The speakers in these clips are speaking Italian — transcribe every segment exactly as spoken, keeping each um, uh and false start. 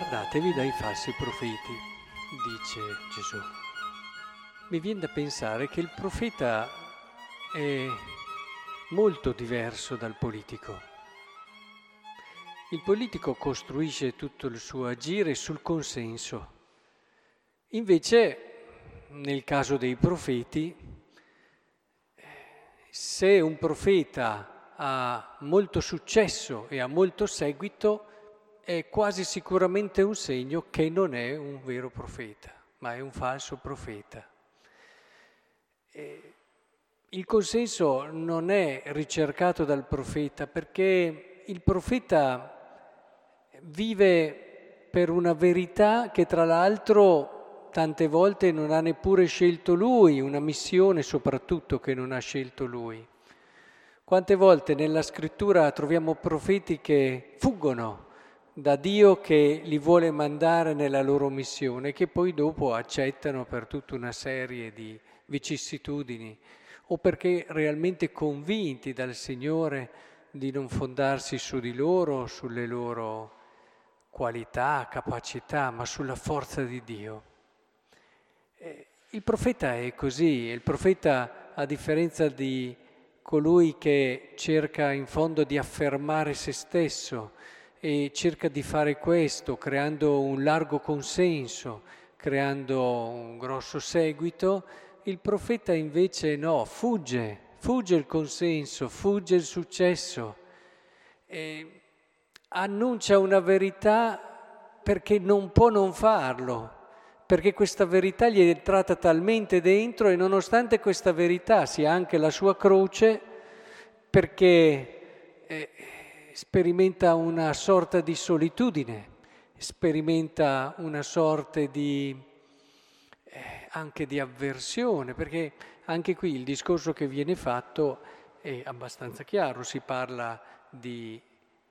Guardatevi dai falsi profeti, dice Gesù. Mi viene da pensare che il profeta è molto diverso dal politico. Il politico costruisce tutto il suo agire sul consenso. Invece, nel caso dei profeti, se un profeta ha molto successo e ha molto seguito, è quasi sicuramente un segno che non è un vero profeta, ma è un falso profeta. E il consenso non è ricercato dal profeta, perché il profeta vive per una verità che tra l'altro tante volte non ha neppure scelto lui, una missione soprattutto che non ha scelto lui. Quante volte nella scrittura troviamo profeti che fuggono da Dio che li vuole mandare nella loro missione, che poi dopo accettano per tutta una serie di vicissitudini, o perché realmente convinti dal Signore di non fondarsi su di loro, sulle loro qualità, capacità, ma sulla forza di Dio. Il profeta è così, il profeta, a differenza di colui che cerca in fondo di affermare se stesso e cerca di fare questo creando un largo consenso, creando un grosso seguito, il profeta invece no, fugge, fugge il consenso, fugge il successo, e annuncia una verità perché non può non farlo, perché questa verità gli è entrata talmente dentro e nonostante questa verità sia anche la sua croce, perché eh, sperimenta una sorta di solitudine, sperimenta una sorta di eh, anche di avversione, perché anche qui il discorso che viene fatto è abbastanza chiaro, si parla di,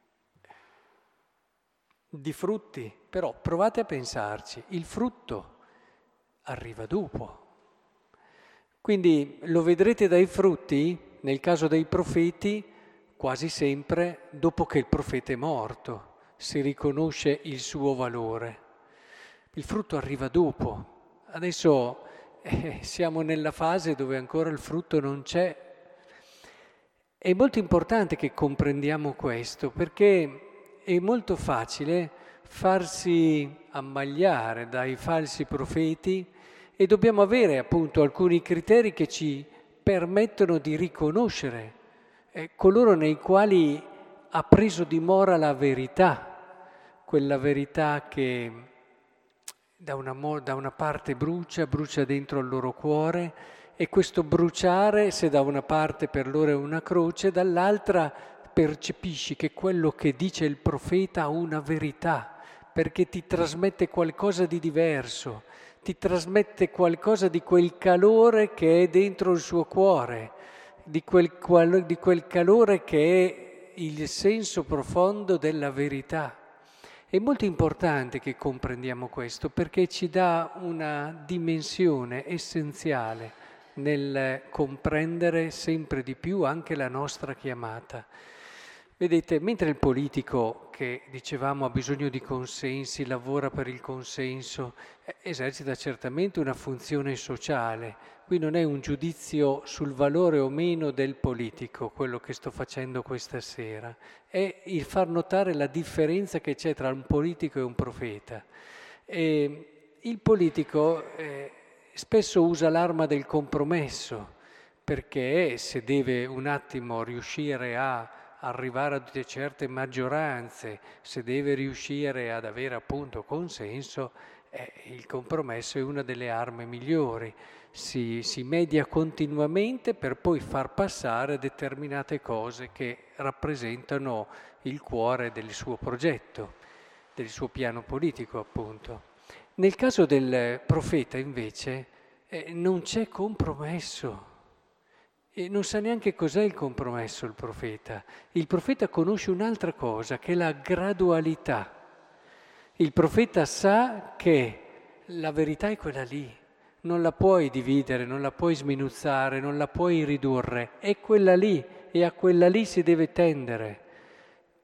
di frutti, però provate a pensarci, il frutto arriva dopo. Quindi lo vedrete dai frutti, nel caso dei profeti, quasi sempre dopo che il profeta è morto, si riconosce il suo valore. Il frutto arriva dopo. Adesso eh, siamo nella fase dove ancora il frutto non c'è. È molto importante che comprendiamo questo, perché è molto facile farsi ammagliare dai falsi profeti e dobbiamo avere appunto alcuni criteri che ci permettono di riconoscere eh, coloro nei quali ha preso dimora la verità, quella verità che da una, da una parte brucia, brucia dentro il loro cuore, e questo bruciare, se da una parte per loro è una croce, dall'altra percepisci che quello che dice il profeta ha una verità, perché ti trasmette qualcosa di diverso, ti trasmette qualcosa di quel calore che è dentro il suo cuore, di quel, di quel calore che è il senso profondo della verità. È molto importante che comprendiamo questo, perché ci dà una dimensione essenziale nel comprendere sempre di più anche la nostra chiamata. Vedete, mentre il politico, che dicevamo ha bisogno di consensi, lavora per il consenso, esercita certamente una funzione sociale. Qui non è un giudizio sul valore o meno del politico, quello che sto facendo questa sera, è il far notare la differenza che c'è tra un politico e un profeta. E il politico eh, spesso usa l'arma del compromesso, perché se deve un attimo riuscire a arrivare a certe maggioranze, se deve riuscire ad avere appunto consenso, eh, il compromesso è una delle armi migliori. Si, si media continuamente per poi far passare determinate cose che rappresentano il cuore del suo progetto, del suo piano politico appunto. Nel caso del profeta invece eh, non c'è compromesso. E non sa neanche cos'è il compromesso il profeta. Il profeta conosce un'altra cosa, che è la gradualità. Il profeta sa che la verità è quella lì, non la puoi dividere, non la puoi sminuzzare, non la puoi ridurre, è quella lì e a quella lì si deve tendere.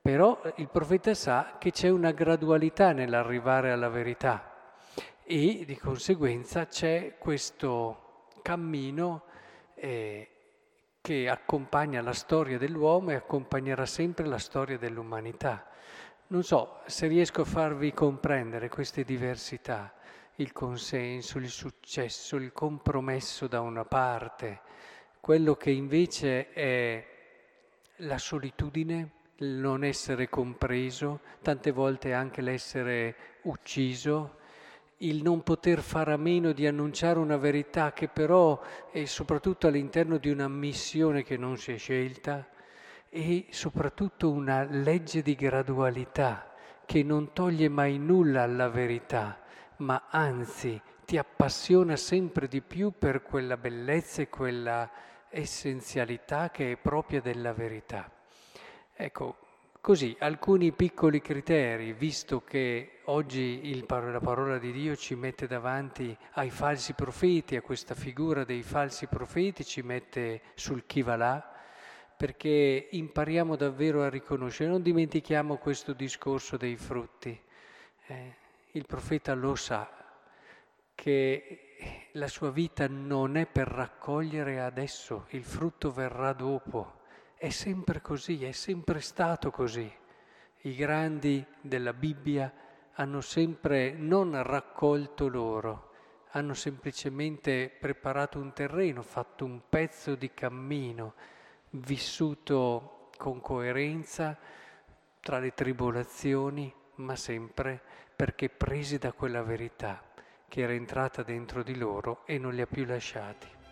Però il profeta sa che c'è una gradualità nell'arrivare alla verità e di conseguenza c'è questo cammino eh, che accompagna la storia dell'uomo e accompagnerà sempre la storia dell'umanità. Non so se riesco a farvi comprendere queste diversità, il consenso, il successo, il compromesso da una parte, quello che invece è la solitudine, il non essere compreso, tante volte anche l'essere ucciso, il non poter fare a meno di annunciare una verità che però è soprattutto all'interno di una missione che non si è scelta e soprattutto una legge di gradualità che non toglie mai nulla alla verità, ma anzi ti appassiona sempre di più per quella bellezza e quella essenzialità che è propria della verità. Ecco, così alcuni piccoli criteri, visto che oggi il, la parola di Dio ci mette davanti ai falsi profeti, a questa figura dei falsi profeti, ci mette sul chi va là, perché impariamo davvero a riconoscere, non dimentichiamo questo discorso dei frutti. Eh, il profeta lo sa che la sua vita non è per raccogliere adesso, il frutto verrà dopo. È sempre così, è sempre stato così. I grandi della Bibbia hanno sempre non raccolto loro, hanno semplicemente preparato un terreno, fatto un pezzo di cammino, vissuto con coerenza tra le tribolazioni, ma sempre perché presi da quella verità che era entrata dentro di loro e non li ha più lasciati.